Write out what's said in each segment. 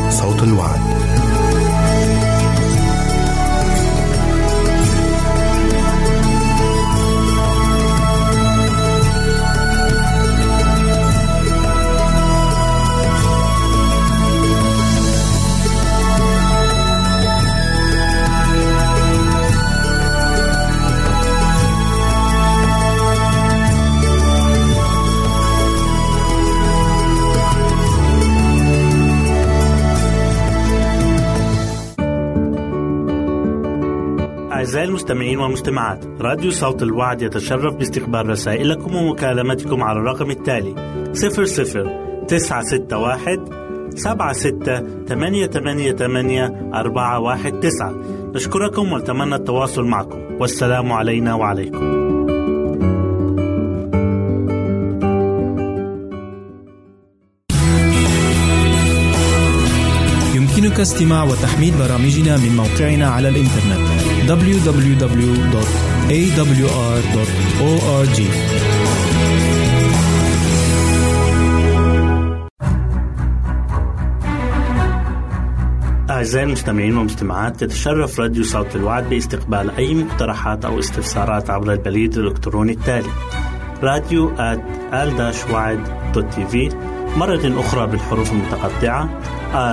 صوت الوعد. أعزائي المستمعين والمستمعات، راديو صوت الوعد يتشرف باستقبال رسائلكم ومكالمتكم على الرقم التالي 00-961-76-88-419. نشكركم ونتمنى التواصل معكم، والسلام علينا وعليكم. يمكنك استماع وتحميل برامجنا من موقعنا على الإنترنت www.awr.org. أعزائي المستمعين والمستمعات، تتشرف راديو صوت الوعد باستقبال أي مقترحات أو استفسارات عبر البريد الإلكتروني التالي radio@al-wad.tv، مرة أخرى بالحروف المتقطعة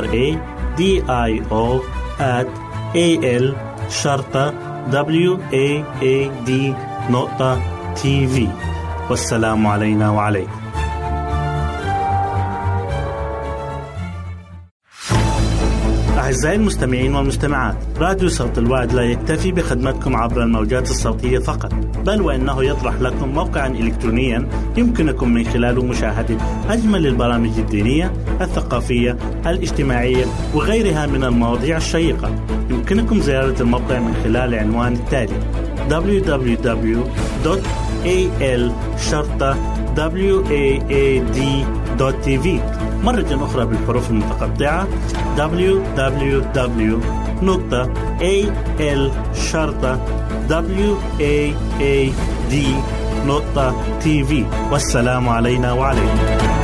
radio@al-wad.tv. والسلام علينا وعليكم. أعزائي المستمعين والمستمعات، راديو صوت الوعد لا يكتفي بخدمتكم عبر الموجات الصوتية فقط، بل وإنه يطرح لكم موقعا إلكترونيا يمكنكم من خلاله مشاهدة أجمل البرامج الدينية، الثقافية، الاجتماعية وغيرها من المواضيع الشيقة. يمكنكم زيارة الموقع من خلال العنوان التالي www.al-wad.tv، مرة أخرى بالحروف المتقطعة www.al-wad.tv. والسلام علينا وعليكم.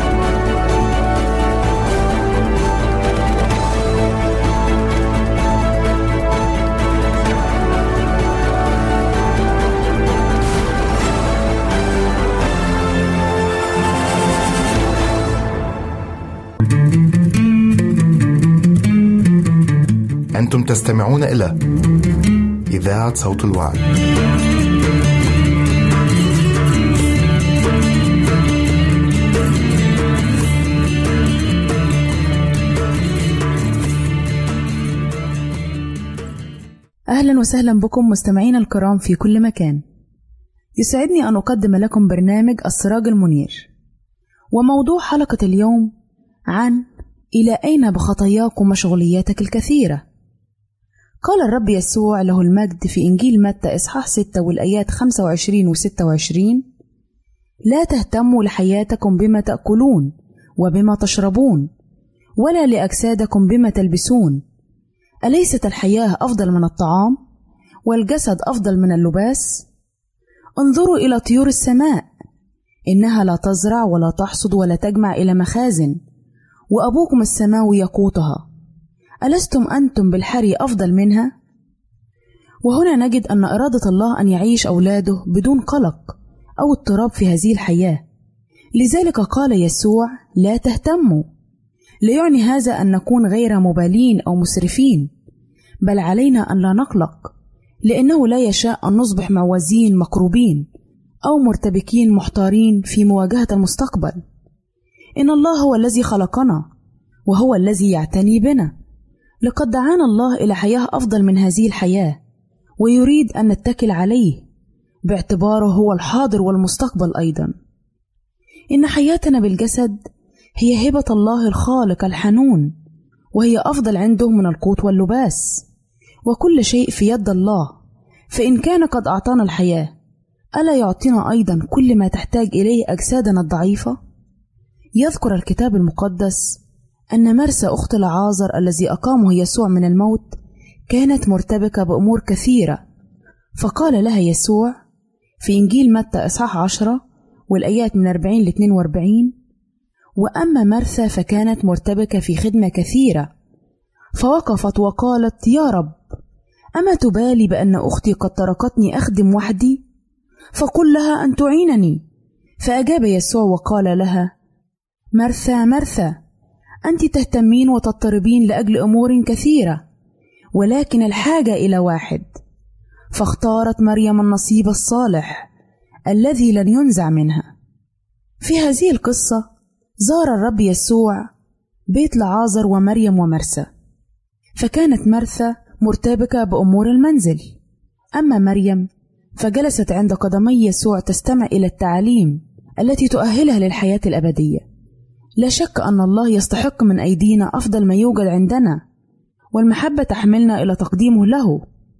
أنتم تستمعون إلى إذاعة صوت الوعد. أهلا وسهلا بكم مستمعين الكرام في كل مكان. يسعدني أن أقدم لكم برنامج السراج المنير، وموضوع حلقة اليوم عن إلى أين بخطاياك ومشغولياتك الكثيرة. قال الرب يسوع له المجد في إنجيل متى إصحاح 6 والآيات 25 و26: لا تهتموا لحياتكم بما تأكلون وبما تشربون، ولا لأجسادكم بما تلبسون. أليست الحياة أفضل من الطعام، والجسد أفضل من اللباس؟ انظروا إلى طيور السماء، إنها لا تزرع ولا تحصد ولا تجمع إلى مخازن، وأبوكم السماوي يقوتها. ألستم أنتم بالحري أفضل منها؟ وهنا نجد أن إرادة الله أن يعيش أولاده بدون قلق أو اضطراب في هذه الحياة. لذلك قال يسوع لا تهتموا. لا يعني هذا أن نكون غير مبالين أو مسرفين، بل علينا أن لا نقلق، لأنه لا يشاء أن نصبح معوزين مكروبين أو مرتبكين محتارين في مواجهة المستقبل. إن الله هو الذي خلقنا، وهو الذي يعتني بنا. لقد دعانا الله إلى حياة أفضل من هذه الحياة، ويريد أن نتكل عليه باعتباره هو الحاضر والمستقبل أيضا. إن حياتنا بالجسد هي هبة الله الخالق الحنون، وهي أفضل عنده من القوت واللباس، وكل شيء في يد الله. فإن كان قد أعطانا الحياة، ألا يعطينا أيضا كل ما تحتاج إليه أجسادنا الضعيفة؟ يذكر الكتاب المقدس أن مرسى أخت لعازر الذي أقامه يسوع من الموت كانت مرتبكة بأمور كثيرة، فقال لها يسوع في إنجيل متى إصحاح 10 والآيات من 40 ل 42: وأما مرثا فكانت مرتبكة في خدمة كثيرة، فوقفت وقالت: يا رب، أما تبالي بأن أختي قد تركتني أخدم وحدي؟ فقل لها أن تعينني. فأجاب يسوع وقال لها: مرثا مرثا، أنت تهتمين وتضطربين لأجل أمور كثيرة، ولكن الحاجة إلى واحد، فاختارت مريم النصيب الصالح الذي لن ينزع منها. في هذه القصة زار الرب يسوع بيت لعازر ومريم ومرثا، فكانت مرثا مرتبكة بأمور المنزل، أما مريم فجلست عند قدمي يسوع تستمع إلى التعاليم التي تؤهلها للحياة الأبدية. لا شك أن الله يستحق من أيدينا أفضل ما يوجد عندنا، والمحبة تحملنا إلى تقديمه له.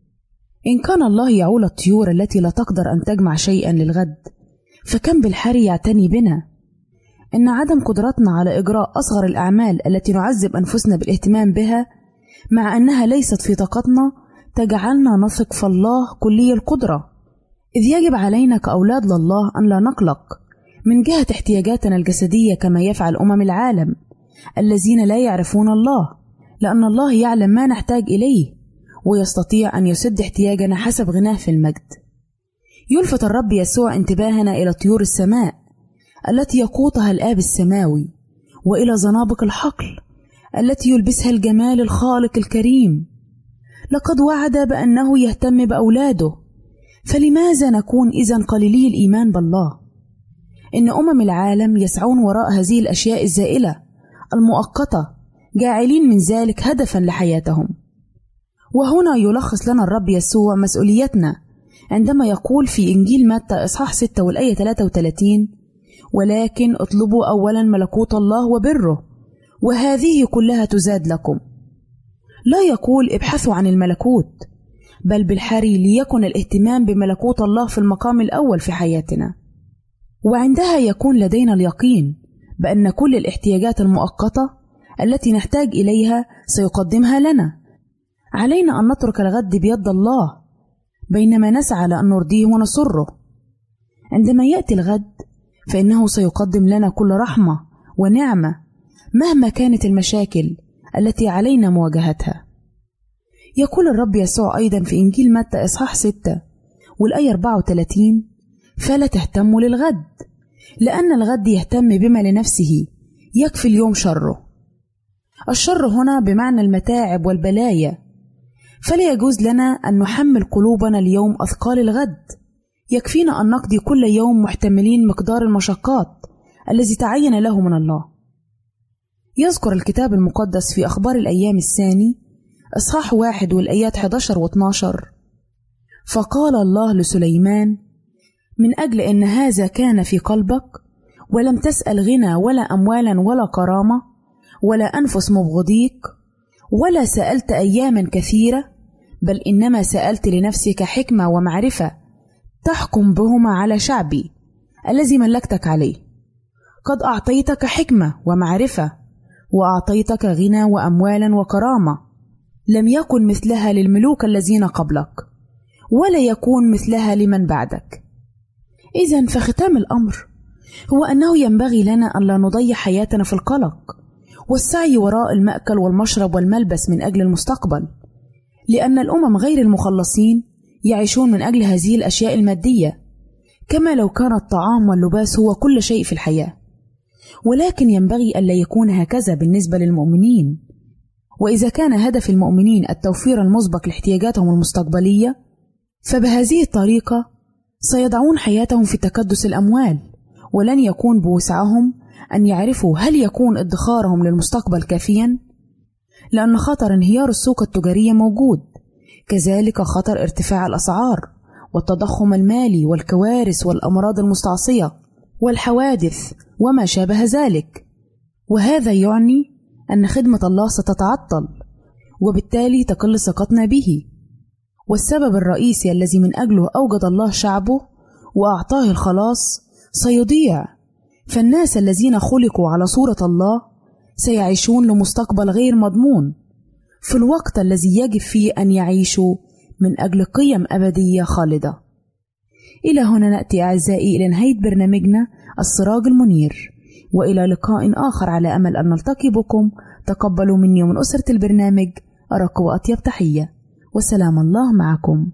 إن كان الله يعول الطيور التي لا تقدر أن تجمع شيئا للغد، فكم بالحري يعتني بنا. إن عدم قدرتنا على إجراء أصغر الأعمال التي نعذب أنفسنا بالاهتمام بها مع أنها ليست في طاقتنا تجعلنا نثق في الله كلي القدرة، إذ يجب علينا كأولاد لله أن لا نقلق من جهة احتياجاتنا الجسدية كما يفعل العالم الذين لا يعرفون الله، لأن الله يعلم ما نحتاج إليه ويستطيع أن يسد احتياجنا حسب غناه في المجد. يلفت الرب يسوع انتباهنا إلى طيور السماء التي يقوتها الآب السماوي، وإلى زنابق الحقل التي يلبسها الجمال الخالق الكريم. لقد وعد بأنه يهتم بأولاده، فلماذا نكون إذن قليلي الإيمان بالله؟ إن العالم يسعون وراء هذه الأشياء الزائلة المؤقتة، جاعلين من ذلك هدفا لحياتهم. وهنا يلخص لنا الرب يسوع مسؤوليتنا عندما يقول في إنجيل متى إصحاح 6 والآية 33: ولكن اطلبوا أولا ملكوت الله وبره، وهذه كلها تزاد لكم. لا يقول ابحثوا عن الملكوت، بل بالحري ليكن الاهتمام بملكوت الله في المقام الأول في حياتنا، وعندها يكون لدينا اليقين بأن كل الاحتياجات المؤقتة التي نحتاج إليها سيقدمها لنا. علينا أن نترك الغد بيد الله بينما نسعى لأن نرضيه ونسره. عندما يأتي الغد فإنه سيقدم لنا كل رحمة ونعمة مهما كانت المشاكل التي علينا مواجهتها. يقول الرب يسوع أيضا في إنجيل متى إصحاح 6 والآية 34: فلا تهتموا للغد، لأن الغد يهتم بما لنفسه، يكفي اليوم شره. الشر هنا بمعنى المتاعب والبلايا، فلا يجوز لنا أن نحمل قلوبنا اليوم أثقال الغد. يكفينا أن نقضي كل يوم محتملين مقدار المشقات الذي تعين له من الله. يذكر الكتاب المقدس في أخبار الأيام الثاني إصحاح 1 والآيات 11 و12: فقال الله لسليمان: من أجل أن هذا كان في قلبك، ولم تسأل غنى ولا أموالا ولا كرامة ولا أنفس مبغضيك، ولا سألت أياما كثيرة، بل إنما سألت لنفسك حكمة ومعرفة تحكم بهما على شعبي الذي ملكتك عليه. قد أعطيتك حكمة ومعرفة، وأعطيتك غنى وأموالا وكرامة لم يكن مثلها للملوك الذين قبلك، ولا يكون مثلها لمن بعدك. إذن فختام الأمر هو أنه ينبغي لنا أن لا نضيع حياتنا في القلق والسعي وراء المأكل والمشرب والملبس من أجل المستقبل، لأن غير المخلصين يعيشون من أجل هذه الأشياء المادية، كما لو كان الطعام واللباس هو كل شيء في الحياة. ولكن ينبغي ألا يكون هكذا بالنسبة للمؤمنين. وإذا كان هدف المؤمنين التوفير المسبق لاحتياجاتهم المستقبلية، فبهذه الطريقة سيضعون حياتهم في تكدس الأموال، ولن يكون بوسعهم أن يعرفوا هل يكون ادخارهم للمستقبل كافيا، لأن خطر انهيار السوق التجارية موجود، كذلك خطر ارتفاع الأسعار والتضخم المالي والكوارث والأمراض المستعصية والحوادث وما شابه ذلك. وهذا يعني أن خدمة الله ستتعطل، وبالتالي تقل ثقتنا به. والسبب الرئيسي الذي من أجله أوجد الله شعبه وأعطاه الخلاص سيضيع، فالناس الذين خلقوا على صورة الله سيعيشون لمستقبل غير مضمون في الوقت الذي يجب فيه أن يعيشوا من أجل قيم أبدية خالدة. إلى هنا نأتي أعزائي إلى نهاية برنامجنا السراج المنير، وإلى لقاء آخر على أمل أن نلتقي بكم تقبلوا مني ومن أسرة البرنامج أرق وأطيب تحية، وسلام الله معكم.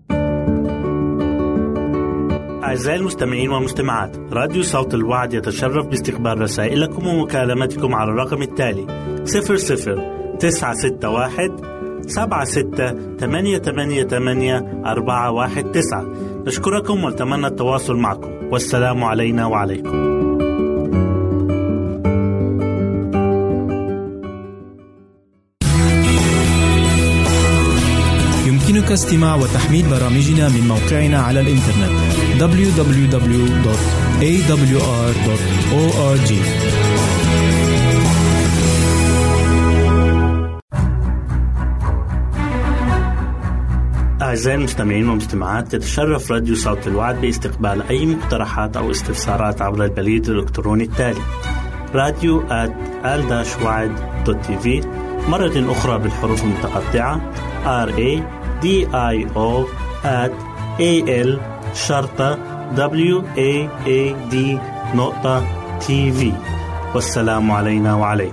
أعزائي المستمعين والمستمعات، راديو صوت الوعد يتشرف باستقبال رسائلكم ومكالمتكم على الرقم التالي 00961 76888419. نشكركم ونتمنى التواصل معكم، والسلام علينا وعليكم. يمكنك استماع وتحميل برامجنا من موقعنا على الإنترنت www.awr.org. أعزائي المستمعين والمستمعات، يتشرف راديو صوت الوعد باستقبال أي مقترحات أو استفسارات عبر البريد الإلكتروني التالي radio@al-wad.tv، مرة أخرى بالحروف المتقطعة radio@al-wad.tv. والسلام علينا وعليكم.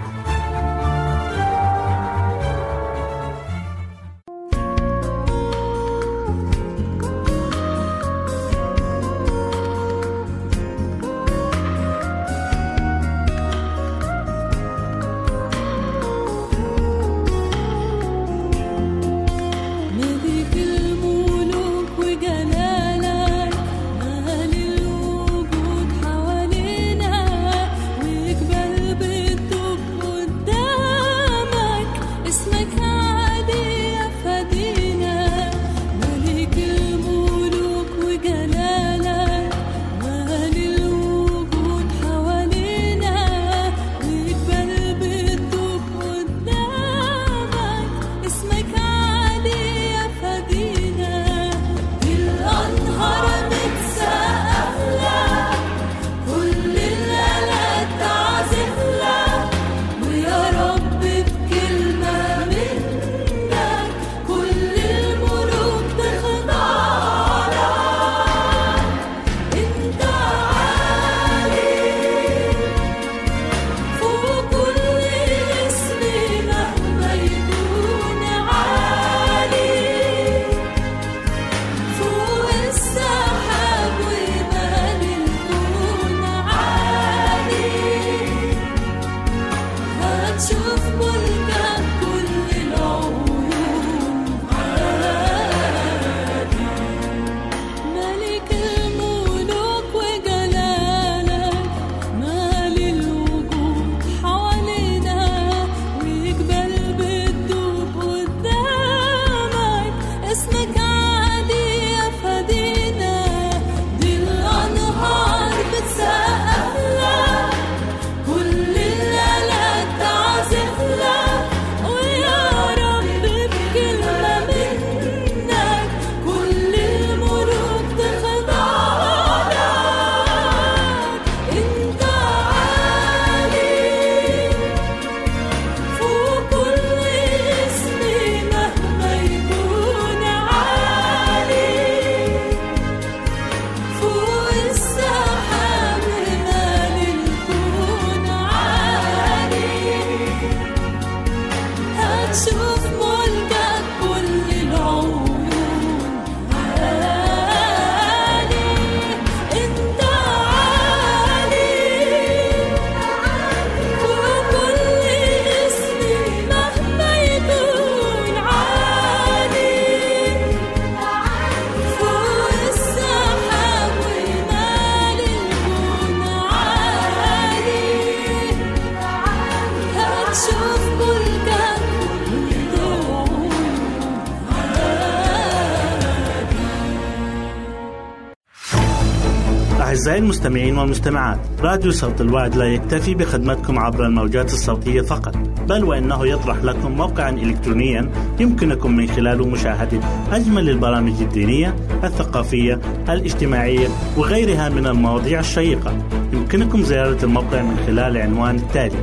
أعزائي المستمعين والمستمعات، راديو صوت الوعد لا يكتفي بخدمتكم عبر الموجات الصوتية فقط، بل وإنه يطرح لكم موقعا إلكترونيا يمكنكم من خلاله مشاهدة أجمل البرامج الدينية، الثقافية، الاجتماعية وغيرها من المواضيع الشيقة. يمكنكم زيارة الموقع من خلال العنوان التالي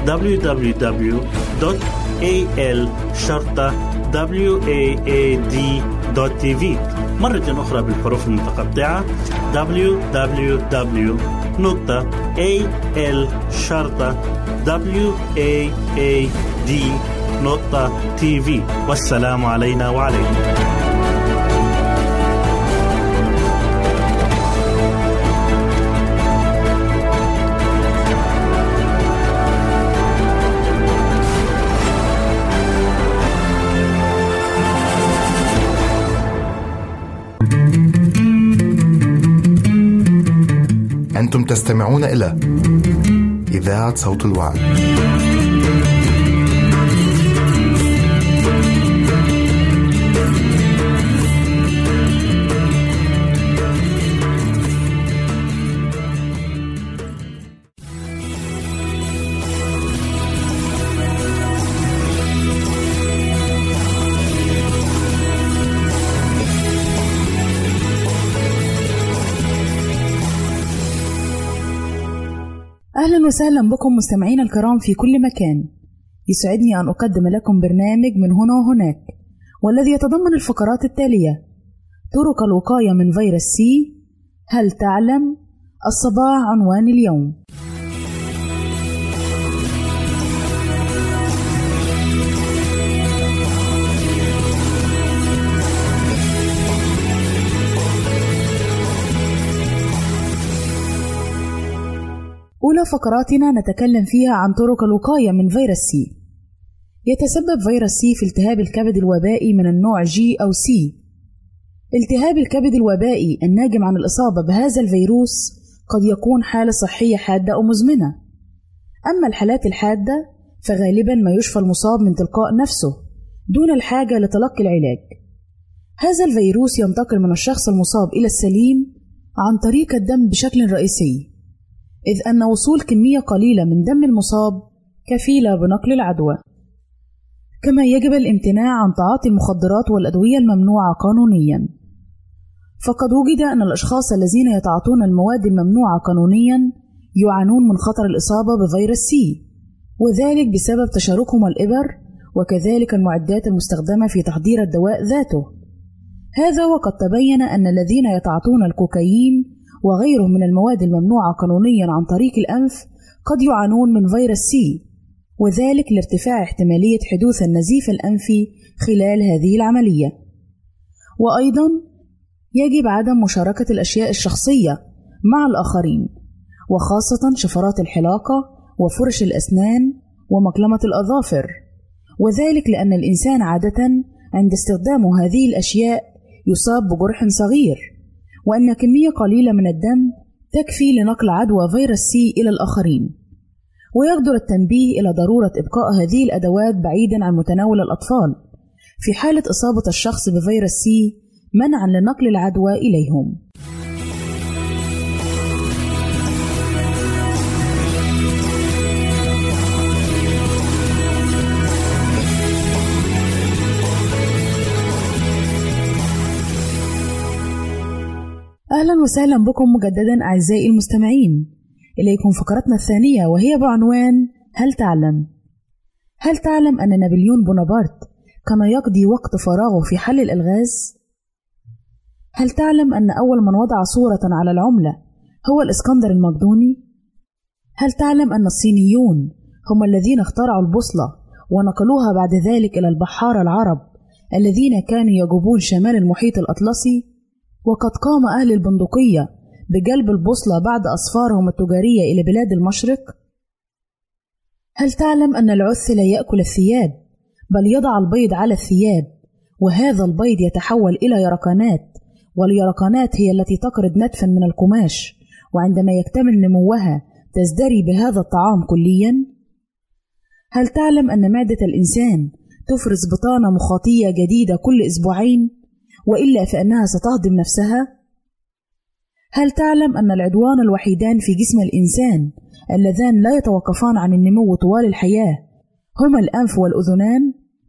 www.al-wad.tv، مرة أخرى بالحروف المتقطعة www.al-wad.tv. والسلام علينا وعليكم. أنتم تستمعون إلى إذاعة صوت الوعد. أهلا وسهلا بكم مستمعين الكرام في كل مكان. يسعدني أن أقدم لكم برنامج من هنا وهناك، والذي يتضمن الفقرات التالية: طرق الوقاية من فيروس سي، هل تعلم، الصباح عنوان اليوم. أولى فقراتنا نتكلم فيها عن طرق الوقاية من فيروس سي. يتسبب فيروس سي في التهاب الكبد الوبائي من النوع جي أو سي. التهاب الكبد الوبائي الناجم عن الإصابة بهذا الفيروس قد يكون حالة صحية حادة أو مزمنة. أما الحالات الحادة فغالبا ما يشفى المصاب من تلقاء نفسه دون الحاجة لتلقي العلاج. هذا الفيروس ينتقل من الشخص المصاب إلى السليم عن طريق الدم بشكل رئيسي، إذ أن وصول كمية قليلة من دم المصاب كفيلة بنقل العدوى. كما يجب الامتناع عن تعاطي المخدرات والأدوية الممنوعة قانونيا، فقد وجد أن الأشخاص الذين يتعاطون المواد الممنوعة قانونيا يعانون من خطر الإصابة بفيروس سي، وذلك بسبب تشاركهم الإبر وكذلك المعدات المستخدمة في تحضير الدواء ذاته. هذا وقد تبين أن الذين يتعاطون الكوكايين وغيره من المواد الممنوعة قانونيا عن طريق الأنف قد يعانون من فيروس سي، وذلك لارتفاع احتمالية حدوث النزيف الأنفي خلال هذه العملية. وأيضا يجب عدم مشاركة الأشياء الشخصية مع الآخرين، وخاصة شفرات الحلاقة وفرش الأسنان ومقلمة الأظافر، وذلك لأن الإنسان عادة عند استخدام هذه الأشياء يصاب بجرح صغير، وأن كمية قليلة من الدم تكفي لنقل عدوى فيروس سي إلى الآخرين. ويقدر التنبيه إلى ضرورة إبقاء هذه الأدوات بعيدا عن متناول الأطفال في حالة إصابة الشخص بفيروس سي منعا لنقل العدوى إليهم. أهلا وسهلا بكم مجددا أعزائي المستمعين. إليكم فقرتنا الثانية وهي بعنوان هل تعلم؟ هل تعلم أن نابليون بونابرت كان يقضي وقت فراغه في حل الألغاز؟ هل تعلم أن أول من وضع صورة على العملة هو الإسكندر المقدوني؟ هل تعلم أن الصينيون هم الذين اخترعوا البوصلة ونقلوها بعد ذلك إلى البحارة العرب الذين كانوا يجوبون شمال المحيط الأطلسي؟ وقد قام أهل البندقية بجلب البوصلة بعد أسفارهم التجارية إلى بلاد المشرق. هل تعلم أن العث لا يأكل الثياب بل يضع البيض على الثياب، وهذا البيض يتحول إلى يرقانات، واليرقانات هي التي تقرض نتفا من القماش، وعندما يكتمل نموها تزدري بهذا الطعام كليا. هل تعلم أن معدة الإنسان تفرز بطانة مخاطية جديدة كل أسبوعين، وإلا فإنها ستهضم نفسها؟ هل تعلم أن العضوان الوحيدان في جسم الإنسان اللذان لا يتوقفان عن النمو طوال الحياة هما الأنف والأذنان؟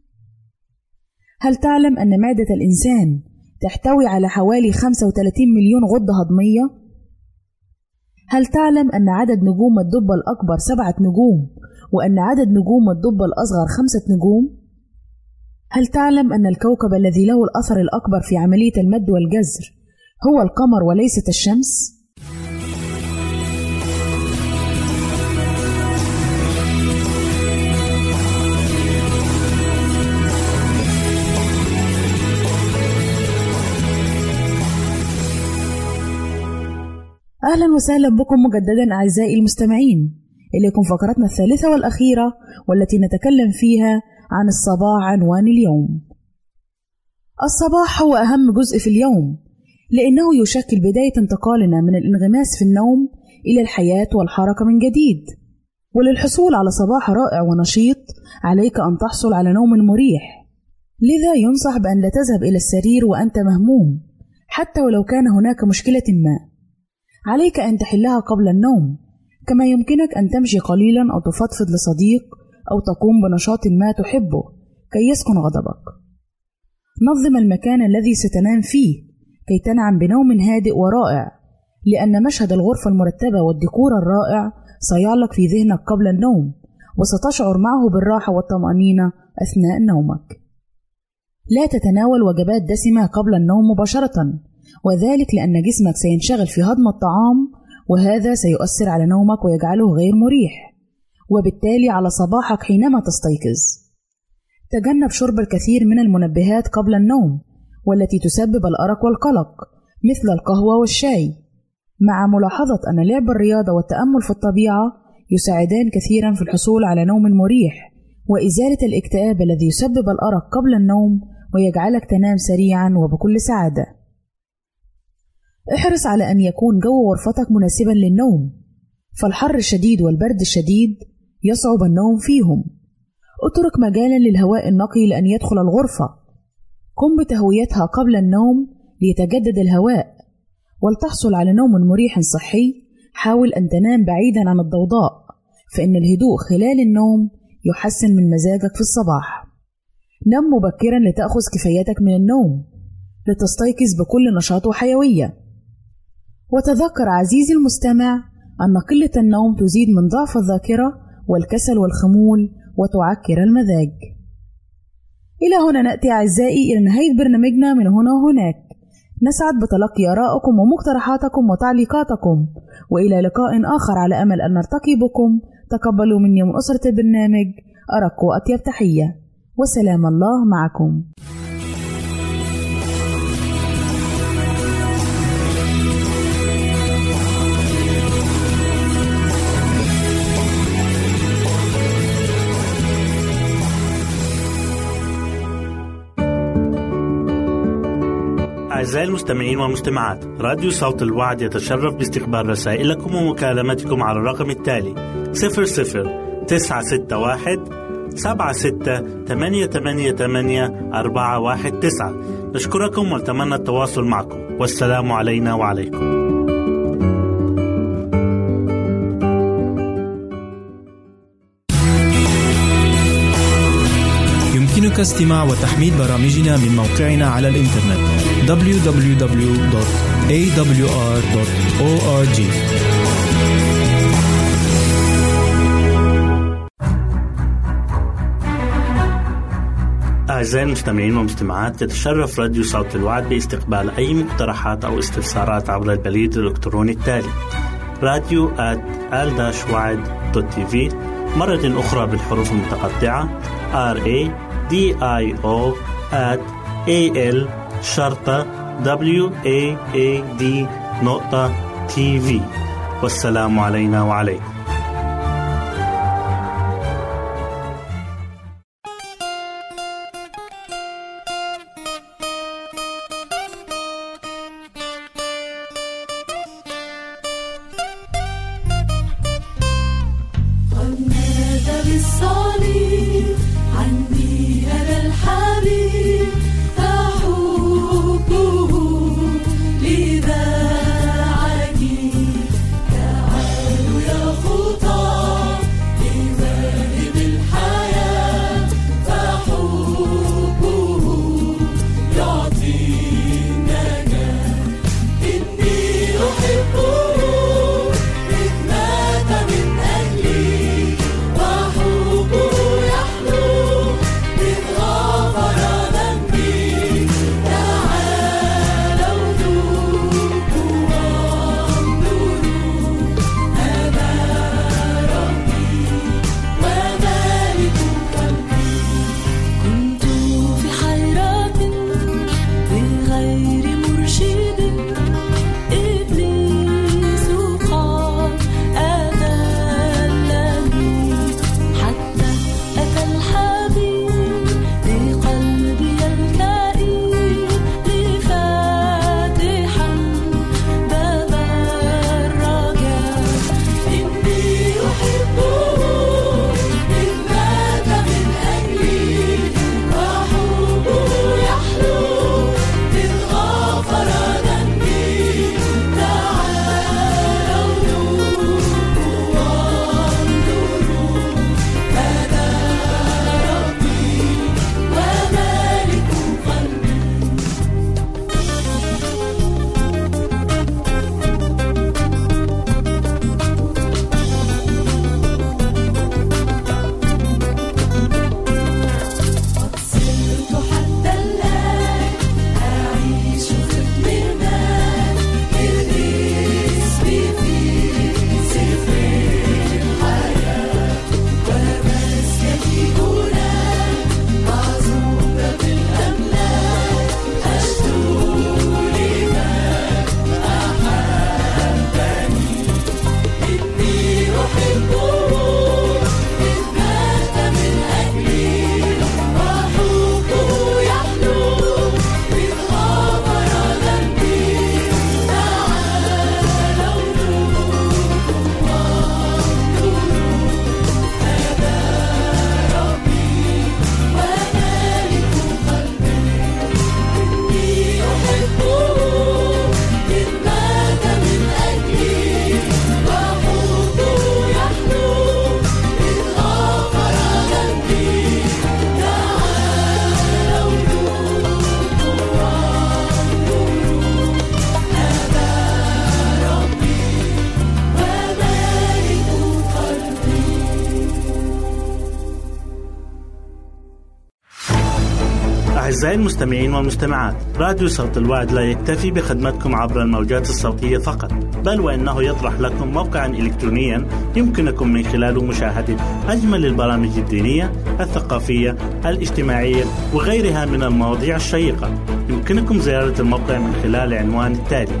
هل تعلم أن معدة الإنسان تحتوي على حوالي 35 مليون غدة هضمية؟ هل تعلم أن عدد نجوم الدبة الأكبر 7 نجوم، وأن عدد نجوم الدبة الأصغر 5 نجوم؟ هل تعلم أن الكوكب الذي له الأثر الأكبر في عملية المد والجزر هو القمر وليست الشمس؟ أهلا وسهلا بكم مجددا أعزائي المستمعين. إليكم فقرتنا الثالثة والأخيرة والتي نتكلم فيها عن الصباح عنوان اليوم. الصباح هو أهم جزء في اليوم لأنه يشكل بداية انتقالنا من الانغماس في النوم إلى الحياة والحركة من جديد. وللحصول على صباح رائع ونشيط عليك أن تحصل على نوم مريح، لذا ينصح بأن لا تذهب إلى السرير وأنت مهموم حتى ولو كان هناك مشكلة ما. عليك أن تحلها قبل النوم، كما يمكنك أن تمشي قليلا أو تفضفض لصديق أو تقوم بنشاط ما تحبه كي يسكن غضبك. نظم المكان الذي ستنام فيه كي تنعم بنوم هادئ ورائع، لأن مشهد الغرفة المرتبة والديكور الرائع سيعلق في ذهنك قبل النوم، وستشعر معه بالراحة والطمأنينة أثناء نومك. لا تتناول وجبات دسمة قبل النوم مباشرة، وذلك لأن جسمك سينشغل في هضم الطعام، وهذا سيؤثر على نومك ويجعله غير مريح، وبالتالي على صباحك حينما تستيقظ. تجنب شرب الكثير من المنبهات قبل النوم والتي تسبب الأرق والقلق مثل القهوة والشاي، مع ملاحظة أن لعب الرياضة والتأمل في الطبيعة يساعدان كثيرا في الحصول على نوم مريح وإزالة الاكتئاب الذي يسبب الأرق قبل النوم ويجعلك تنام سريعا وبكل سعادة. احرص على أن يكون جو غرفتك مناسبا للنوم، فالحر الشديد والبرد الشديد يصعب النوم فيهم. اترك مجالا للهواء النقي لأن يدخل الغرفة. قم بتهويتها قبل النوم ليتجدد الهواء. ولتحصل على نوم مريح صحي، حاول أن تنام بعيدا عن الضوضاء، فإن الهدوء خلال النوم يحسن من مزاجك في الصباح. نم مبكرا لتأخذ كفايتك من النوم لتستيقظ بكل نشاط وحيوية. وتذكر عزيزي المستمع أن قلة النوم تزيد من ضعف الذاكرة والكسل والخمول وتعكر المزاج. إلى هنا نأتي أعزائي إلى نهاية برنامجنا من هنا وهناك. نسعد بتلقي آرائكم ومقترحاتكم وتعليقاتكم، وإلى لقاء آخر على أمل أن نلتقي بكم. تقبلوا مني من أسرة البرنامج أرق وأطيب تحية، وسلام الله معكم. أعزائي المستمعين والمستمعات، راديو صوت الوعد يتشرف باستقبال رسائلكم ومكالمتكم على الرقم التالي 00961 76888419. نشكركم ونتمنى التواصل معكم، والسلام علينا وعليكم. يمكنك استماع وتحميل برامجنا من موقعنا على الإنترنت www.awr.org. أعزائي المستمعين والمستمعات، يتشرف راديو صوت الوعد باستقبال أي مقترحات أو استفسارات عبر البريد الإلكتروني التالي radio@al-wad.tv، مرة أخرى بالحروف المتقطعة radio@al-wad.tv. والسلام علينا وعليكم. لذا عجيب تعالوا يا أعزائي المستمعين والمستمعات، راديو صوت الوعد لا يكتفي بخدمتكم عبر الموجات الصوتية فقط، بل وإنه يطرح لكم موقعا إلكترونيا يمكنكم من خلاله مشاهدة أجمل البرامج الدينية، الثقافية، الاجتماعية وغيرها من المواضيع الشيقة. يمكنكم زيارة الموقع من خلال العنوان التالي: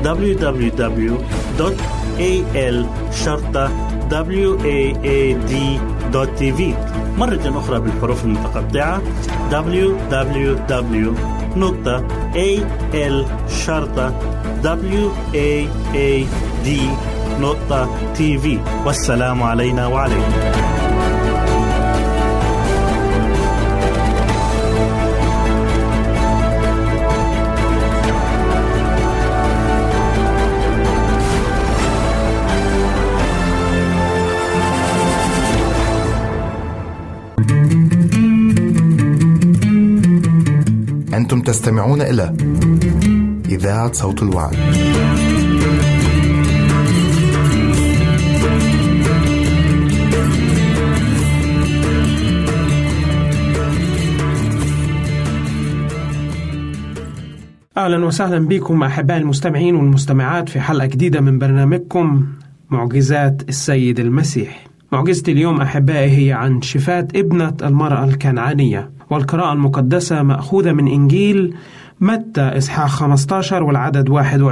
www.al-waad.tv. مرة أخرى بالحروف المتقطعة: www.al-waad.tv. والسلام علينا وعليكم. أنتم تستمعون إلى إذاعة صوت الوعد. أهلا وسهلا بكم أحبائي المستمعين والمستمعات في حلقة جديدة من برنامجكم معجزات السيد المسيح. معجزة اليوم أحبائي هي عن شفاة ابنة المرأة الكنعانية، والقراءة المقدسة مأخوذة من إنجيل متى إصحاح 15 والعدد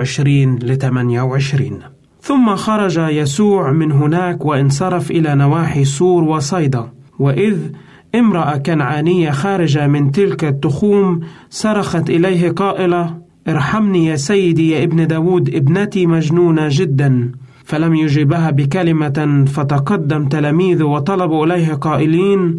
21-28. ثم خرج يسوع من هناك وانصرف إلى نواحي سور وصيدا، وإذ امرأة كنعانية خارجة من تلك التخوم صرخت إليه قائلة: ارحمني يا سيدي يا ابن داود، ابنتي مجنونة جدا. فلم يجيبها بكلمة، فتقدم تلاميذه وطلبوا إليه قائلين: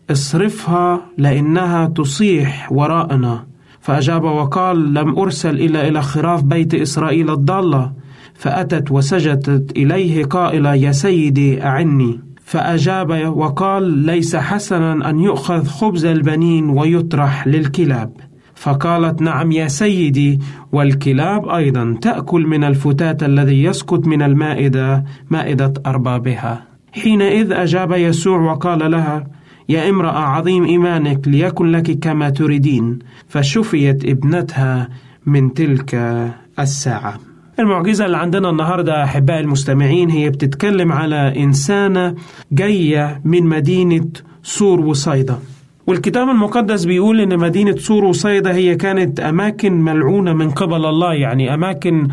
اصرفها لأنها تصيح وراءنا. فأجاب وقال: لم أرسل إلى خراف بيت إسرائيل الضالة. فأتت وسجدت إليه قائلة: يا سيدي أعني. فأجاب وقال: ليس حسنا أن يؤخذ خبز البنين ويطرح للكلاب. فقالت: نعم يا سيدي، والكلاب أيضا تأكل من الفتات الذي يسقط من المائدة، مائدة أربابها. حينئذ أجاب يسوع وقال لها: يا امرأة، عظيم إيمانك، ليكن لك كما تريدين. فشفيت ابنتها من تلك الساعة. المعجزة اللي عندنا النهاردة أحبائي المستمعين هي بتتكلم على إنسانة جاية من مدينة سور وصيدا، والكتاب المقدس بيقول إن مدينة سور وصيدا هي كانت أماكن ملعونة من قبل الله، يعني أماكن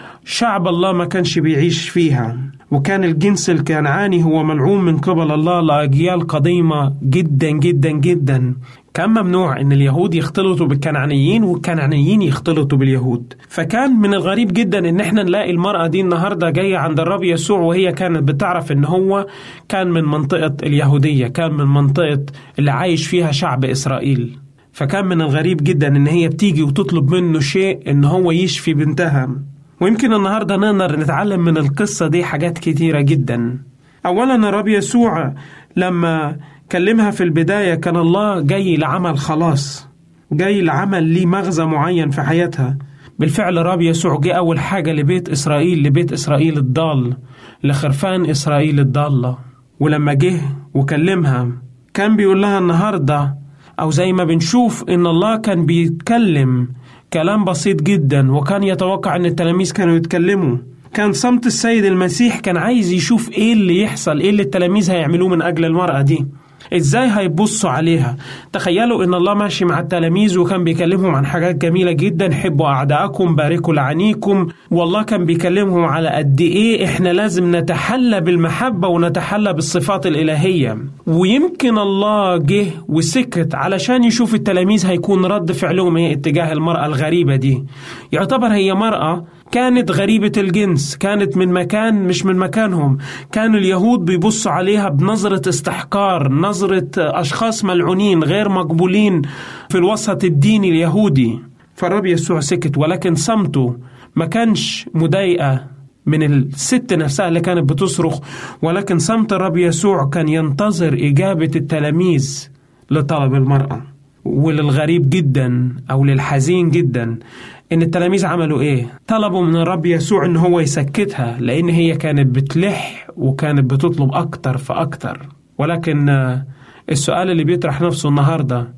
شعب الله ما كانش بيعيش فيها، وكان الجنس الكنعاني هو ملعون من قبل الله لأجيال قديمة جدا جدا جدا. كان ممنوع إن اليهود يختلطوا بالكنعانيين والكنعانيين يختلطوا باليهود. فكان من الغريب جدا إن احنا نلاقي المرأة دي النهاردة جاية عند الرب يسوع وهي كانت بتعرف إن هو كان من منطقة اليهودية، كان من منطقة اللي عايش فيها شعب إسرائيل. فكان من الغريب جدا إن هي بتيجي وتطلب منه شيء إن هو يشفي بنتها. ويمكن النهاردة نقدر نتعلم من القصة دي حاجات كتيرة جدا. أولا الرب يسوع لما كلمها في البداية كان الله جاي لعمل خلاص، جاي لعمل ليه مغزى معين في حياتها. بالفعل الرب يسوع جاء أول حاجة لبيت إسرائيل الضال، لخرفان إسرائيل الضالة. ولما جه وكلمها كان بيقول لها النهاردة، أو زي ما بنشوف إن الله كان بيتكلم كلام بسيط جدا، وكان يتوقع أن التلاميذ كانوا يتكلموا. كان صمت السيد المسيح كان عايز يشوف إيه اللي يحصل، إيه اللي التلاميذ هيعملوه من أجل المرأة دي، إزاي هيبصوا عليها. تخيلوا إن الله ماشي مع التلاميذ وكان بيكلمهم عن حاجات جميلة جدا: حبوا أعداءكم، باركوا لعنيكم. والله كان بيكلمهم على قد إيه إحنا لازم نتحلى بالمحبة ونتحلى بالصفات الإلهية. ويمكن الله جه وسكت علشان يشوف التلاميذ هيكون رد فعلهم إيه اتجاه المرأة الغريبة دي. يعتبر هي مرأة كانت غريبة الجنس، كانت من مكان مش من مكانهم. كان اليهود بيبصوا عليها بنظرة استحقار، نظرة أشخاص ملعونين غير مقبولين في الوسط الديني اليهودي. فالرب يسوع سكت، ولكن صمته ما كانش مضايقة من الست نفسها اللي كانت بتصرخ، ولكن صمت الرب يسوع كان ينتظر إجابة التلاميذ لطلب المرأة. وللغريب جدا أو للحزين جدا إن التلاميذ عملوا إيه؟ طلبوا من الرب يسوع إن هو يسكتها، لأن هي كانت بتلح وكانت بتطلب أكتر فأكتر. ولكن السؤال اللي بيطرح نفسه النهاردة: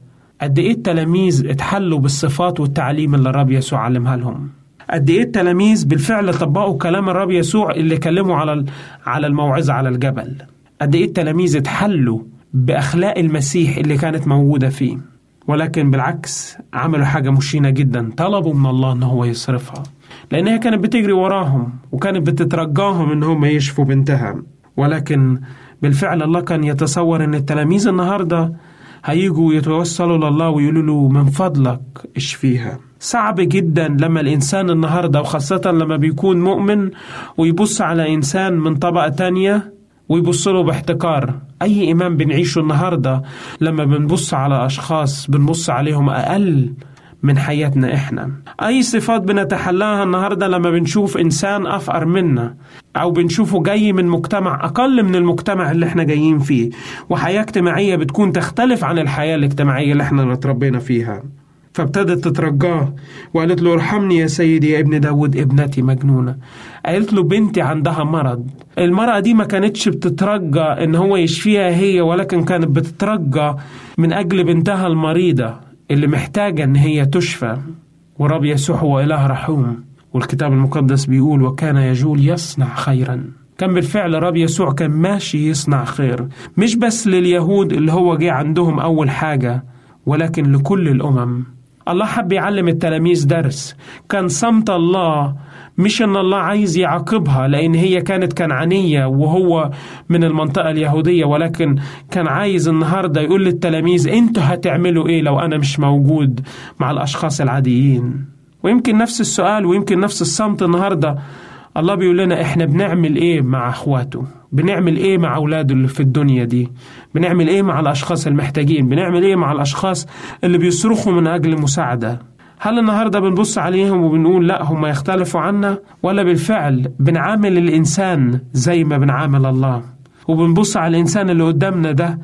قد إيه التلاميذ اتحلوا بالصفات والتعليم اللي الرب يسوع علمها لهم. قد إيه التلاميذ بالفعل طبقوا كلام الرب يسوع اللي كلموا على الموعظة على الجبل. قد إيه التلاميذ اتحلوا بأخلاق المسيح اللي كانت موجودة فيه. ولكن بالعكس عملوا حاجة مشينة جدا، طلبوا من الله أنه هو يصرفها، لأنها كانت بتجري وراهم وكانت بتترجاهم أنهم يشفوا بنتها. ولكن بالفعل الله كان يتصور أن التلاميذ النهاردة هيجوا يتوصلوا لله ويقولوا له من فضلك اشفيها. صعب جدا لما الإنسان النهاردة، وخاصة لما بيكون مؤمن ويبص على إنسان من طبقة تانية ويبص له باحتقار. أي إيمان بنعيشه النهاردة لما بنبص على أشخاص بنبص عليهم أقل من حياتنا إحنا. أي صفات بنتحلاها النهاردة لما بنشوف إنسان أفقر منا، أو بنشوفه جاي من مجتمع أقل من المجتمع اللي إحنا جايين فيه، وحياة اجتماعية بتكون تختلف عن الحياة الاجتماعية اللي إحنا نتربينا فيها. فابتدت تترجاه وقالت له ارحمني يا سيدي يا ابن داود، ابنتي مجنونة. قالت له بنتي عندها مرض. المرأة دي ما كانتش بتترجى ان هو يشفيها هي، ولكن كانت بتترجى من اجل بنتها المريضة اللي محتاجة ان هي تشفى. ورب يسوع هو إله رحوم، والكتاب المقدس بيقول وكان يجول يصنع خيرا. كان بالفعل رب يسوع كان ماشي يصنع خير، مش بس لليهود اللي هو جه عندهم أول حاجة، ولكن لكل الأمم. الله حب يعلم التلاميذ درس. كان صمت الله مش ان الله عايز يعاقبها لان هي كانت كنعانية وهو من المنطقة اليهودية، ولكن كان عايز النهاردة يقول للتلاميذ انتوا هتعملوا ايه لو انا مش موجود مع الاشخاص العاديين. ويمكن نفس السؤال ويمكن نفس الصمت النهاردة الله بيقول لنا احنا بنعمل ايه مع اخواته، بنعمل ايه مع اولاده اللي في الدنيا دي، بنعمل ايه مع الاشخاص المحتاجين، بنعمل ايه مع الاشخاص اللي بيصرخوا من اجل مساعدة. هل النهاردة بنبص عليهم وبنقول لا هم يختلفوا عنا، ولا بالفعل بنعامل الانسان زي ما بنعامل الله، وبنبص على الانسان اللي قدامنا ده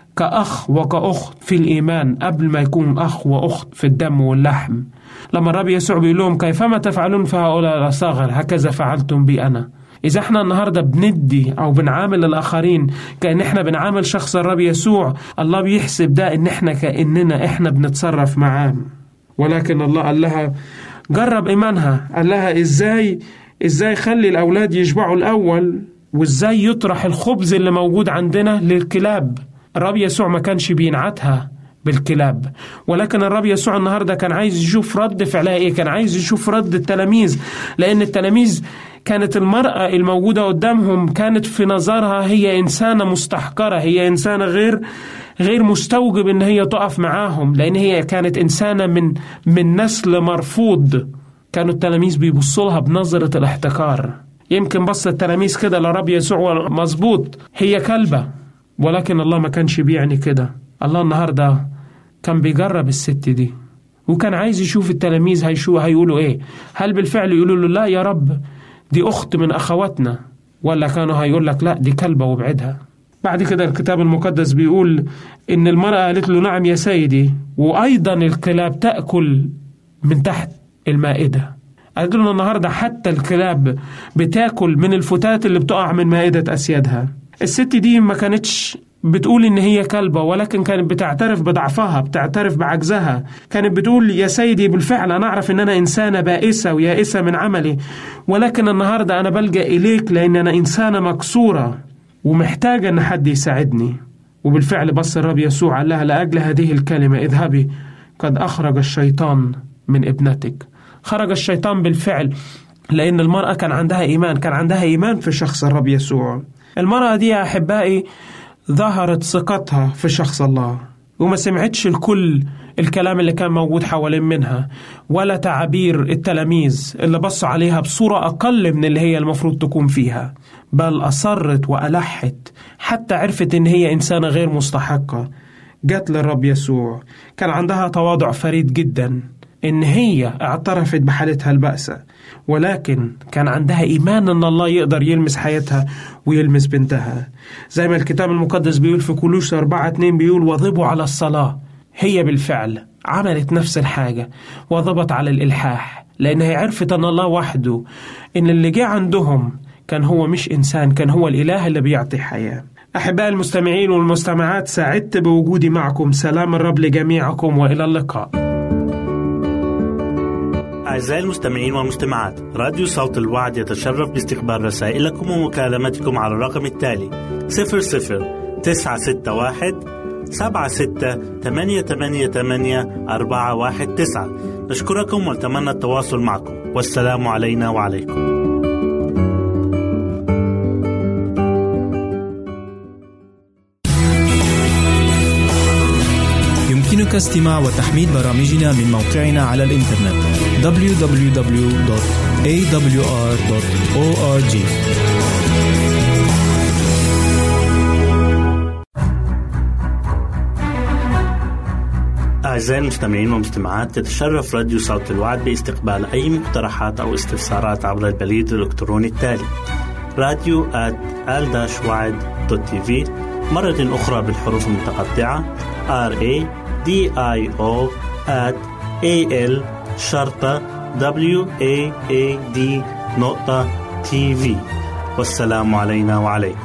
كأخ وكأخت في الإيمان قبل ما يكون أخ وأخت في الدم واللحم. لما الرب يسوع بيقول لهم كيفما تفعلون فهؤلاء الأصاغر هكذا فعلتم بي أنا. إذا احنا النهاردة بندي أو بنعامل الآخرين كأن احنا بنعامل شخص الرب يسوع، الله بيحسب ده إن احنا كأننا احنا بنتصرف معاه. ولكن الله قال لها جرب إيمانها، قال لها إزاي خلي الأولاد يشبعوا الأول، وإزاي يطرح الخبز اللي موجود عندنا للكلاب. الرب يسوع ما كانش بينعتها بالكلاب، ولكن الرب يسوع النهاردة كان عايز يشوف رد فعلها إيه، كان عايز يشوف رد التلاميذ، لأن التلاميذ كانت المرأة الموجودة قدامهم كانت في نظرها هي إنسانة مستحقرة، هي إنسانة غير مستوجب إن هي تقف معاهم، لأن هي كانت إنسانة من نسل مرفوض. كانوا التلاميذ بيبصوا بنظرة الاحتقار. يمكن بص التلاميذ كده لرب يسوع مظبوط هي كلبة، ولكن الله ما كانش بيعني كده. الله النهاردة كان بيجرب الست دي، وكان عايز يشوف التلاميذ هيقولوا ايه. هل بالفعل يقولوا له لا يا رب دي أخت من أخواتنا، ولا كانوا هيقول لك لا دي كلبة وابعدها. بعد كده الكتاب المقدس بيقول إن المرأة قالت له نعم يا سيدي، وأيضا الكلاب تأكل من تحت المائدة. قالت له النهاردة حتى الكلاب بتاكل من الفتات اللي بتقع من مائدة أسيادها. الست دي ما كانتش بتقول إن هي كلبة، ولكن كانت بتعترف بضعفها، بتعترف بعجزها. كانت بتقول يا سيدي بالفعل أنا أعرف إن أنا إنسانة بائسة ويائسة من عملي، ولكن النهاردة أنا بلجأ إليك لأن أنا إنسانة مكسورة ومحتاجة أن حد يساعدني. وبالفعل بص الرب يسوع قال لها لأجل هذه الكلمة اذهبي قد أخرج الشيطان من ابنتك. خرج الشيطان بالفعل، لأن المرأة كان عندها إيمان في شخص الرب يسوع. المرأة دي يا أحبائي ظهرت ثقتها في شخص الله، وما سمعتش الكل الكلام اللي كان موجود حوالين منها، ولا تعابير التلاميذ اللي بصوا عليها بصورة أقل من اللي هي المفروض تكون فيها، بل أصرت وألحت حتى عرفت إن هي إنسانة غير مستحقة. جات للرب يسوع، كان عندها تواضع فريد جدا إن هي اعترفت بحالتها البأسة، ولكن كان عندها إيمان إن الله يقدر يلمس حياتها ويلمس بنتها. زي ما الكتاب المقدس بيقول في كولوسي 4:2 بيقول واظبوا على الصلاة. هي بالفعل عملت نفس الحاجة وضبط على الإلحاح، لأنها عرفت أن الله وحده، إن اللي جاء عندهم كان هو مش إنسان، كان هو الإله اللي بيعطي حياة. أحباء المستمعين والمستمعات، سعدت بوجودي معكم. سلام الرب لجميعكم وإلى اللقاء. أعزائي المستمعين والمستمعات، راديو صوت الوعد يتشرف باستقبال رسائلكم ومكالمتكم على الرقم التالي 00-961-76-88-419. نشكركم ونتمنى التواصل معكم، والسلام علينا وعليكم. يمكنك استماع وتحميل برامجنا من موقعنا على الإنترنت www.awr.org. أعزائي المستمعين والمستمعات، تتشرف راديو صوت الوعد باستقبال أي مقترحات أو استفسارات عبر البريد الإلكتروني التالي radio@al-wad.tv، مرة أخرى بالحروف المتقطعة radio@al-wad.tv. والسلام علينا وعليكم.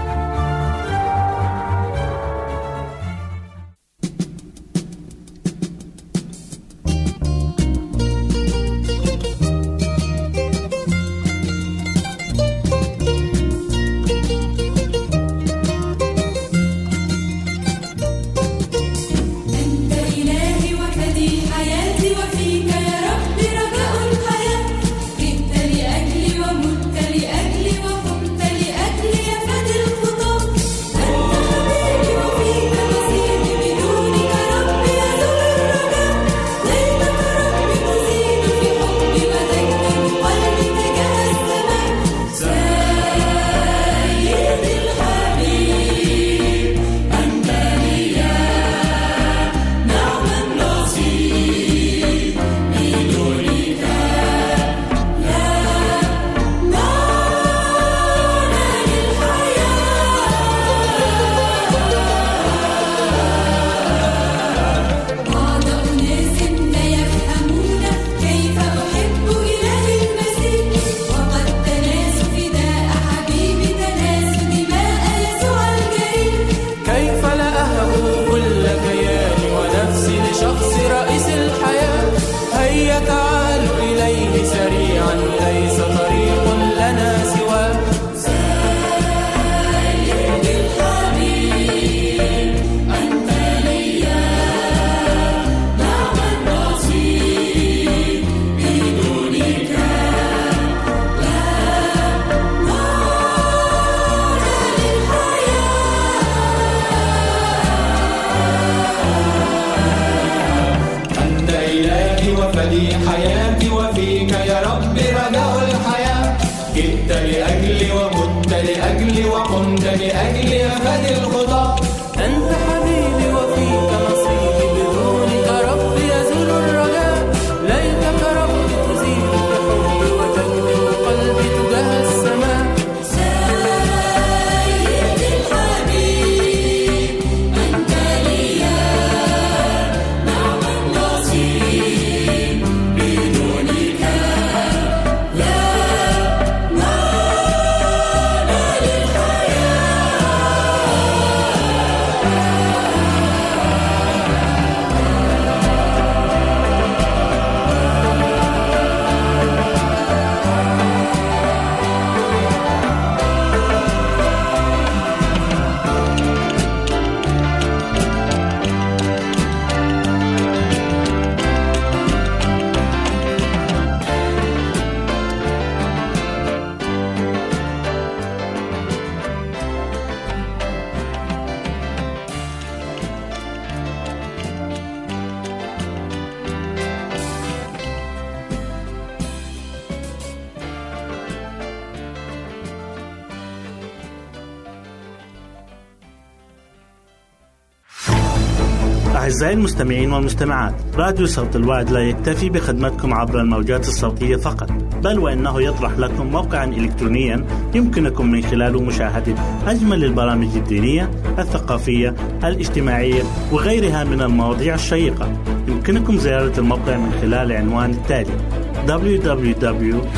أعزائي المستمعين والمستمعات، راديو صوت الوعد لا يكتفي بخدمتكم عبر الموجات الصوتية فقط، بل وإنه يطرح لكم موقعا إلكترونيا يمكنكم من خلاله مشاهدة أجمل البرامج الدينية، الثقافية، الاجتماعية وغيرها من المواضيع الشيقة. يمكنكم زيارة الموقع من خلال عنوان التالي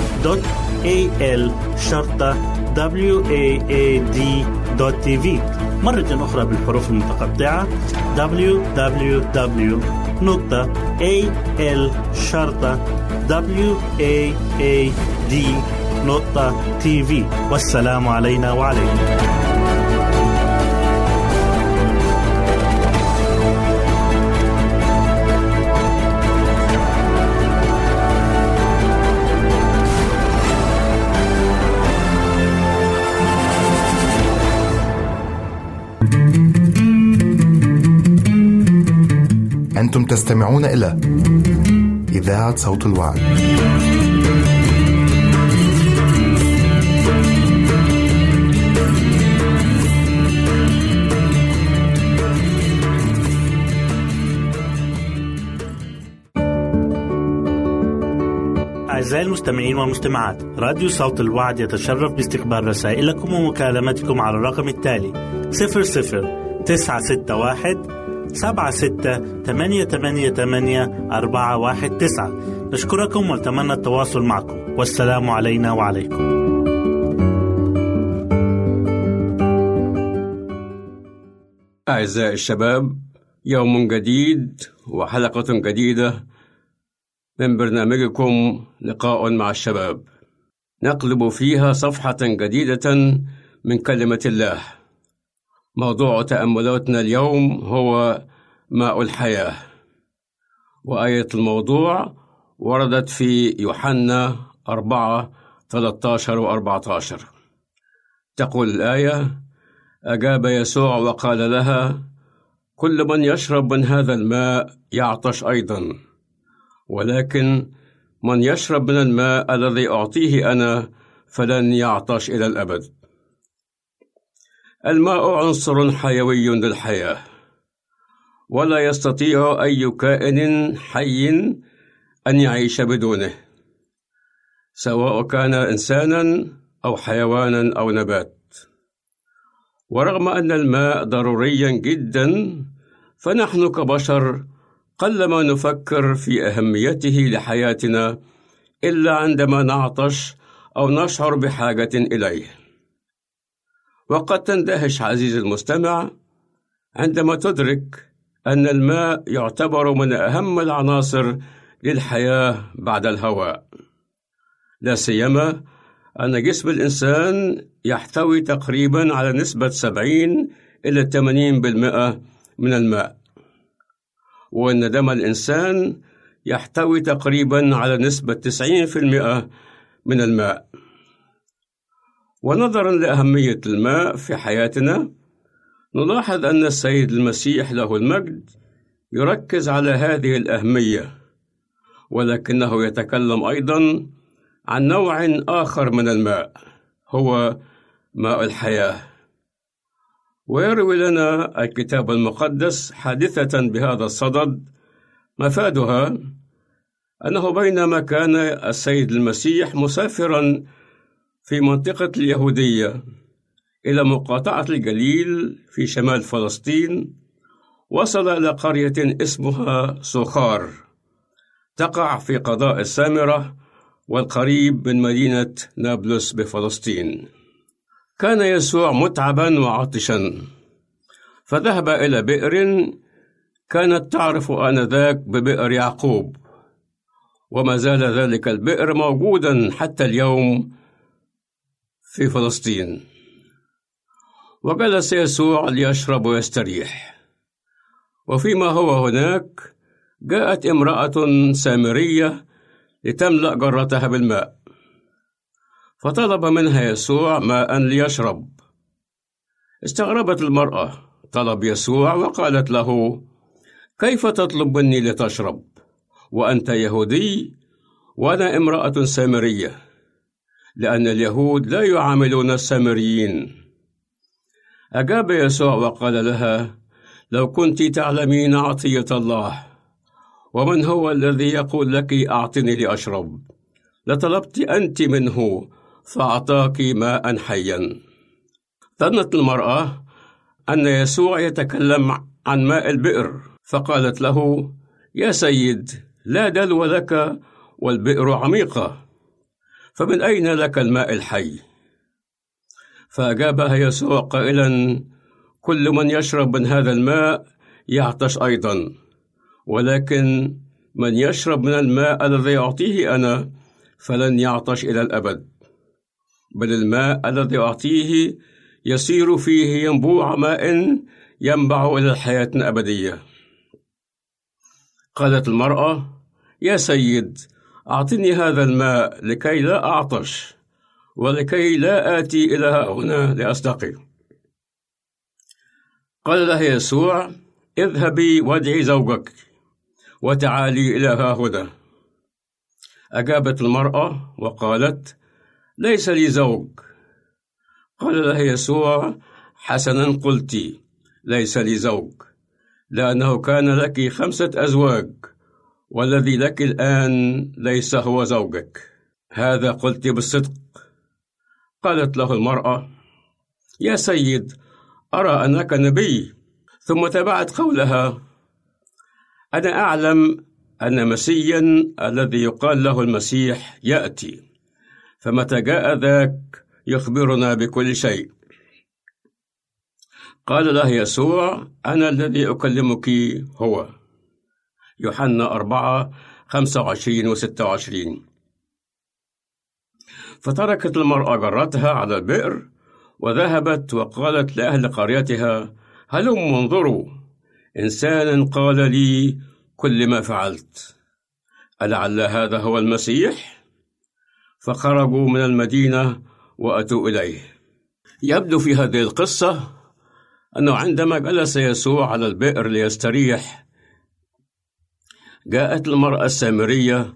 www.al-wad.tv. مرة أخرى بالحروف المتقطعة www.al-waad.tv. والسلام علينا وعليكم. أنتم تستمعون إلى إذاعة صوت الوعد. أعزائي المستمعين والمستمعات، راديو صوت الوعد يتشرف باستقبال رسائلكم ومكالمتكم على الرقم التالي 00-961-76-88-419. نشكركم ونتمنى التواصل معكم، والسلام علينا وعليكم. أعزائي الشباب، يوم جديد وحلقة جديدة من برنامجكم لقاء مع الشباب، نقلب فيها صفحة جديدة من كلمة الله. موضوع تأملاتنا اليوم هو ماء الحياة، وآية الموضوع وردت في يوحنا 4:13 و14. تقول الآية: أجاب يسوع وقال لها: كل من يشرب من هذا الماء يعطش أيضا، ولكن من يشرب من الماء الذي أعطيه أنا فلن يعطش إلى الأبد. الماء عنصر حيوي للحياة، ولا يستطيع أي كائن حي أن يعيش بدونه، سواء كان إنسانا أو حيوانا أو نبات. ورغم أن الماء ضروري جدا، فنحن كبشر قلما نفكر في أهميته لحياتنا إلا عندما نعطش أو نشعر بحاجة إليه. وقد تندهش عزيزي المستمع عندما تدرك أن الماء يعتبر من أهم العناصر للحياة بعد الهواء، لا سيما أن جسم الإنسان يحتوي تقريبا على نسبة 70 إلى 80% من الماء، وأن دم الإنسان يحتوي تقريبا على نسبة 90% من الماء. ونظرا لأهمية الماء في حياتنا، نلاحظ أن السيد المسيح له المجد يركز على هذه الأهمية، ولكنه يتكلم أيضا عن نوع آخر من الماء، هو ماء الحياة. ويروي لنا الكتاب المقدس حادثة بهذا الصدد، مفادها أنه بينما كان السيد المسيح مسافرا في منطقة اليهودية إلى مقاطعة الجليل في شمال فلسطين، وصل إلى قرية اسمها سوخار تقع في قضاء السامرة والقريب من مدينة نابلس بفلسطين. كان يسوع متعبا وعطشا، فذهب إلى بئر كانت تعرف آنذاك ببئر يعقوب، وما زال ذلك البئر موجودا حتى اليوم في فلسطين. وجلس يسوع ليشرب ويستريح، وفيما هو هناك جاءت امرأة سامرية لتملأ جرتها بالماء، فطلب منها يسوع ماء ليشرب. استغربت المرأة طلب يسوع وقالت له: كيف تطلب مني لتشرب وأنت يهودي وأنا امرأة سامرية؟ لأن اليهود لا يعاملون السامريين. أجاب يسوع وقال لها: لو كنت تعلمين عطية الله ومن هو الذي يقول لك أعطني لأشرب، لطلبت أنت منه فأعطاك ماء حيا. ظنت المرأة أن يسوع يتكلم عن ماء البئر، فقالت له: يا سيد، لا دلو لك والبئر عميقة، فمن أين لك الماء الحي؟ فأجابها يسوع قائلا: كل من يشرب من هذا الماء يعطش أيضا، ولكن من يشرب من الماء الذي أعطيه أنا فلن يعطش إلى الأبد، بل الماء الذي أعطيه يصير فيه ينبوع ماء ينبع إلى الحياة الأبدية. قالت المرأة: يا سيد، أعطني هذا الماء لكي لا أعطش ولكي لا آتي إلى هنا لأستقي. قال لها يسوع: اذهبي وادعي زوجك وتعالي إلى ها هنا. أجابت المرأة وقالت: ليس لي زوج. قال لها يسوع: حسنا قلت، ليس لي زوج، لأنه كان لك 5 أزواج، والذي لك الآن ليس هو زوجك، هذا قلت بالصدق. قالت له المرأة: يا سيد، أرى أنك نبي. ثم تبعت قولها: أنا أعلم أن مسيا الذي يقال له المسيح يأتي، فمتى جاء ذاك يخبرنا بكل شيء. قال له يسوع: أنا الذي أكلمك هو. يوحنا 4:25 و26. فتركت المرأة جرتها على البئر وذهبت وقالت لأهل قريتها: هلموا انظروا، إنسان قال لي كل ما فعلت، ألعل هذا هو المسيح؟ فخرجوا من المدينة وأتوا إليه. يبدو في هذه القصة أنه عندما جلس يسوع على البئر ليستريح، جاءت المرأة السامرية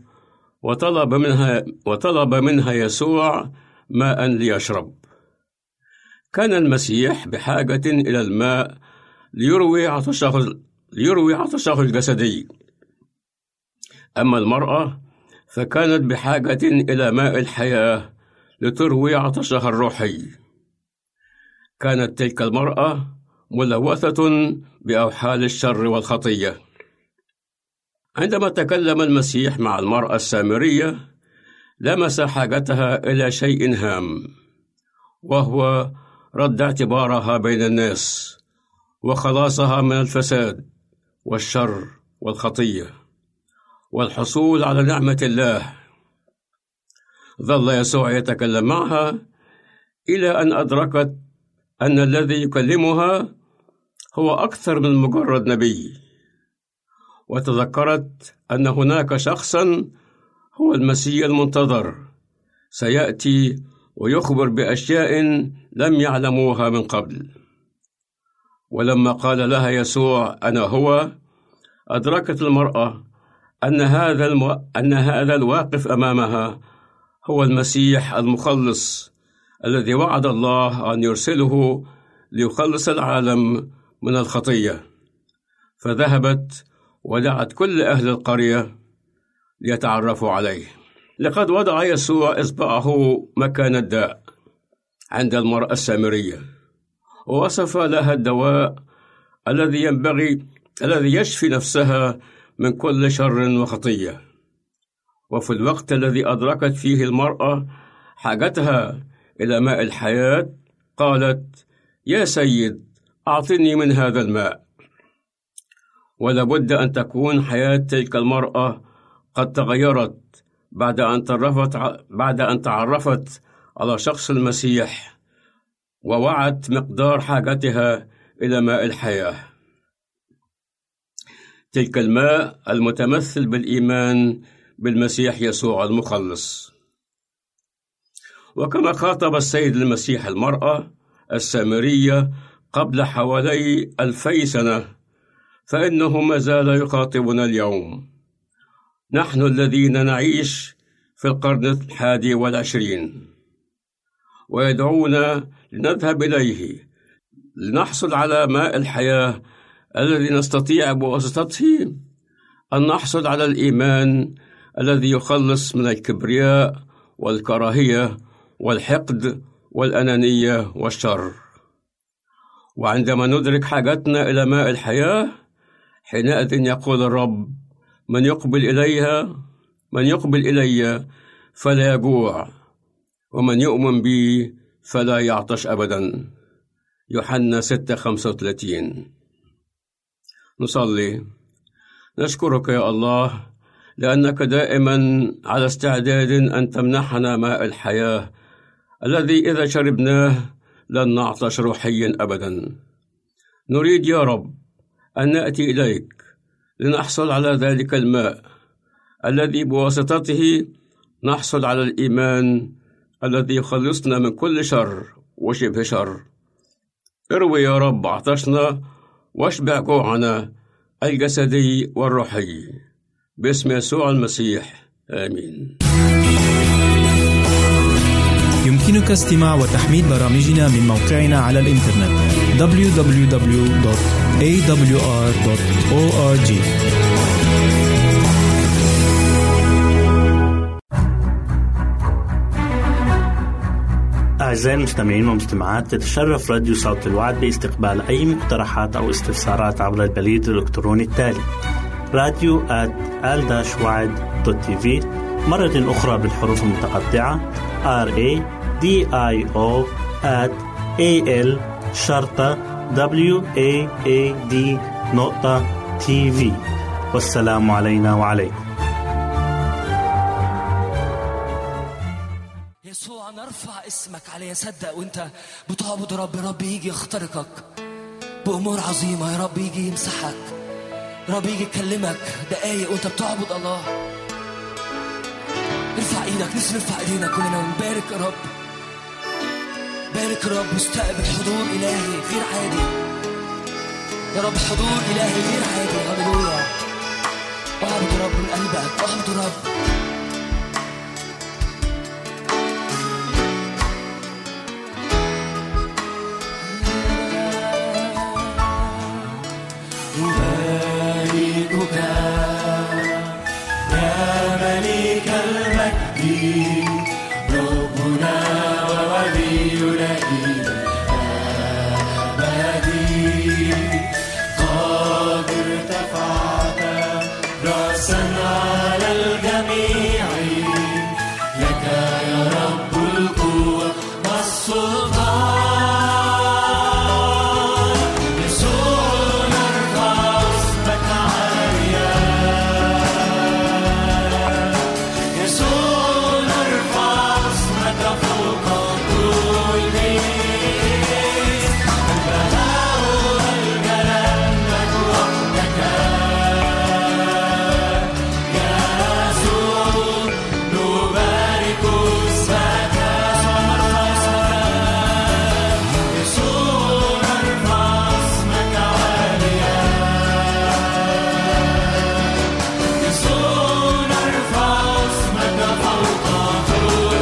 وطلب منها يسوع ماء ليشرب. كان المسيح بحاجة إلى الماء ليروي عطشه الجسدي، أما المرأة فكانت بحاجة إلى ماء الحياة لتروي عطشها الروحي. كانت تلك المرأة ملوثة بأوحال الشر والخطية. عندما تكلم المسيح مع المرأة السامرية لمس حاجتها إلى شيء هام، وهو رد اعتبارها بين الناس وخلاصها من الفساد والشر والخطية والحصول على نعمة الله. ظل يسوع يتكلم معها إلى أن أدركت أن الذي يكلمها هو أكثر من مجرد نبي، وتذكرت أن هناك شخصا هو المسيح المنتظر سيأتي ويخبر بأشياء لم يعلموها من قبل. ولما قال لها يسوع أنا هو، أدركت المرأة أن هذا الواقف أمامها هو المسيح المخلص الذي وعد الله أن يرسله ليخلص العالم من الخطية. فذهبت ودعت كل أهل القرية ليتعرفوا عليه. لقد وضع يسوع إصبعه مكان الداء عند المرأة السامرية، ووصف لها الدواء الذي يشفي نفسها من كل شر وخطية. وفي الوقت الذي أدركت فيه المرأة حاجتها إلى ماء الحياة قالت: يا سيد، أعطني من هذا الماء. ولابد أن تكون حياة تلك المرأة قد تغيرت بعد أن تعرفت على شخص المسيح ووعت مقدار حاجتها إلى ماء الحياة، تلك الماء المتمثل بالإيمان بالمسيح يسوع المخلص. وكما خاطب السيد المسيح المرأة السامرية قبل حوالي 2000 سنة، فإنه ما زال يخاطبنا اليوم، نحن الذين نعيش في القرن 21، ويدعونا لنذهب إليه لنحصل على ماء الحياة الذي نستطيع بواسطته أن نحصل على الإيمان الذي يخلص من الكبرياء والكراهية والحقد والأنانية والشر. وعندما ندرك حاجتنا إلى ماء الحياة، حينئذ يقول الرب: من يقبل إلي فلا يجوع، ومن يؤمن بي فلا يعطش أبدا. يوحنا 6:35. نصلي. نشكرك يا الله لأنك دائما على استعداد أن تمنحنا ماء الحياة الذي إذا شربناه لن نعطش روحيا أبدا. نريد يا رب أن نأتي إليك لنحصل على ذلك الماء الذي بواسطته نحصل على الإيمان الذي يخلصنا من كل شر وشبه شر. اروي يا رب عطشنا واشبع جوعنا الجسدي والروحي باسم يسوع المسيح، آمين. يمكنك استماع وتحميل برامجنا من موقعنا على الإنترنت www.awr.org. أعزائي المستمعين والمستمعات، تتشرف راديو صوت الوعد باستقبال أي مقترحات أو استفسارات عبر البريد الإلكتروني التالي radio@al-wad.tv، مرة أخرى بالحروف المتقطعة radio@al-wad.tv. والسلام علينا وعليكم. يسوع نرفع اسمك عليه. صدق وانت بتعبد رب يجي يخترقك بأمور عظيمة. يا رب يجي يمسحك، رب يجي يكلمك دقايق وانت بتعبد الله. ارفع ايدك، نرفع ايدينا كلنا ونبارك يا رب. بارك يا رب واستقبل حضور إلهي غير عادي. يا رب حضور إلهي غير عادي. هللويا. اعبد رب من قلبك، اعبد رب. ربنا وولينا إلى الأبد. قد ارتفعت رأسا على الجميع، لك يا رب القوة والسلطان. يسوع نرفع اسمك عاليا، يسوع نرفع اسمك فوق كل اسم. البهاء والجلال لك وحدك يا يسوع، نبارك اسمك. يسوع نرفع اسمك عاليا، يسوع نرفع اسمك فوق كل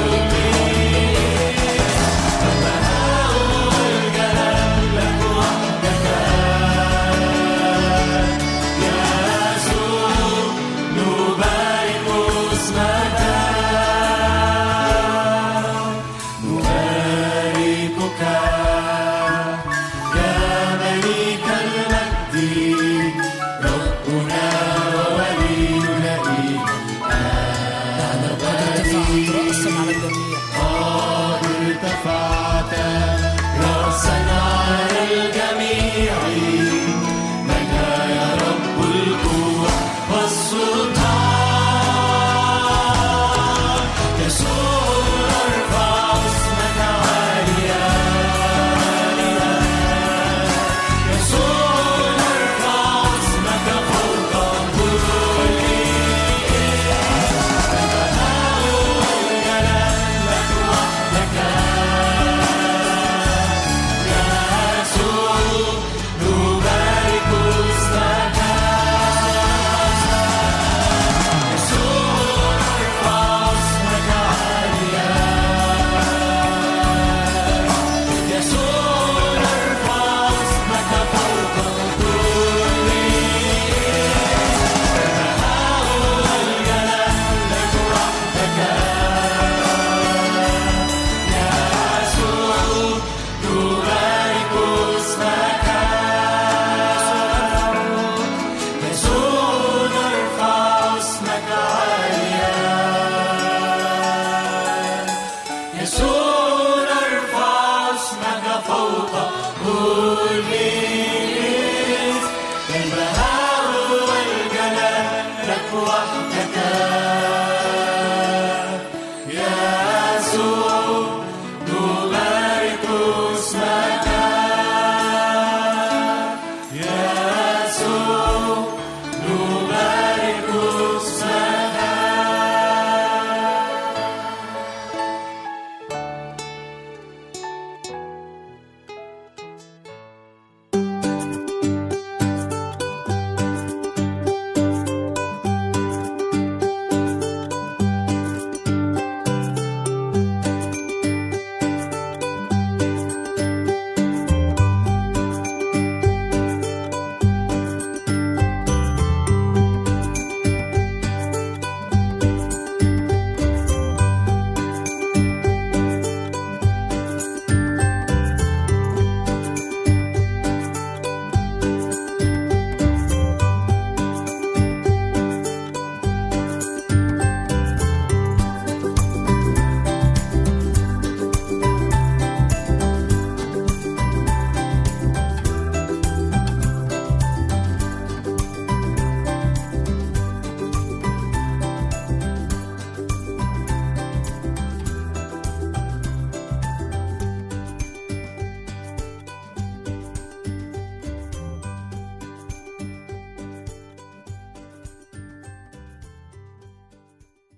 اسم. البهاء والجلال لك وحدك يا يسوع، نبارك اسمك. نباركك يا ملك المجد، ربنا وولينا إلى قد ارتفعت رأسا على الجميع،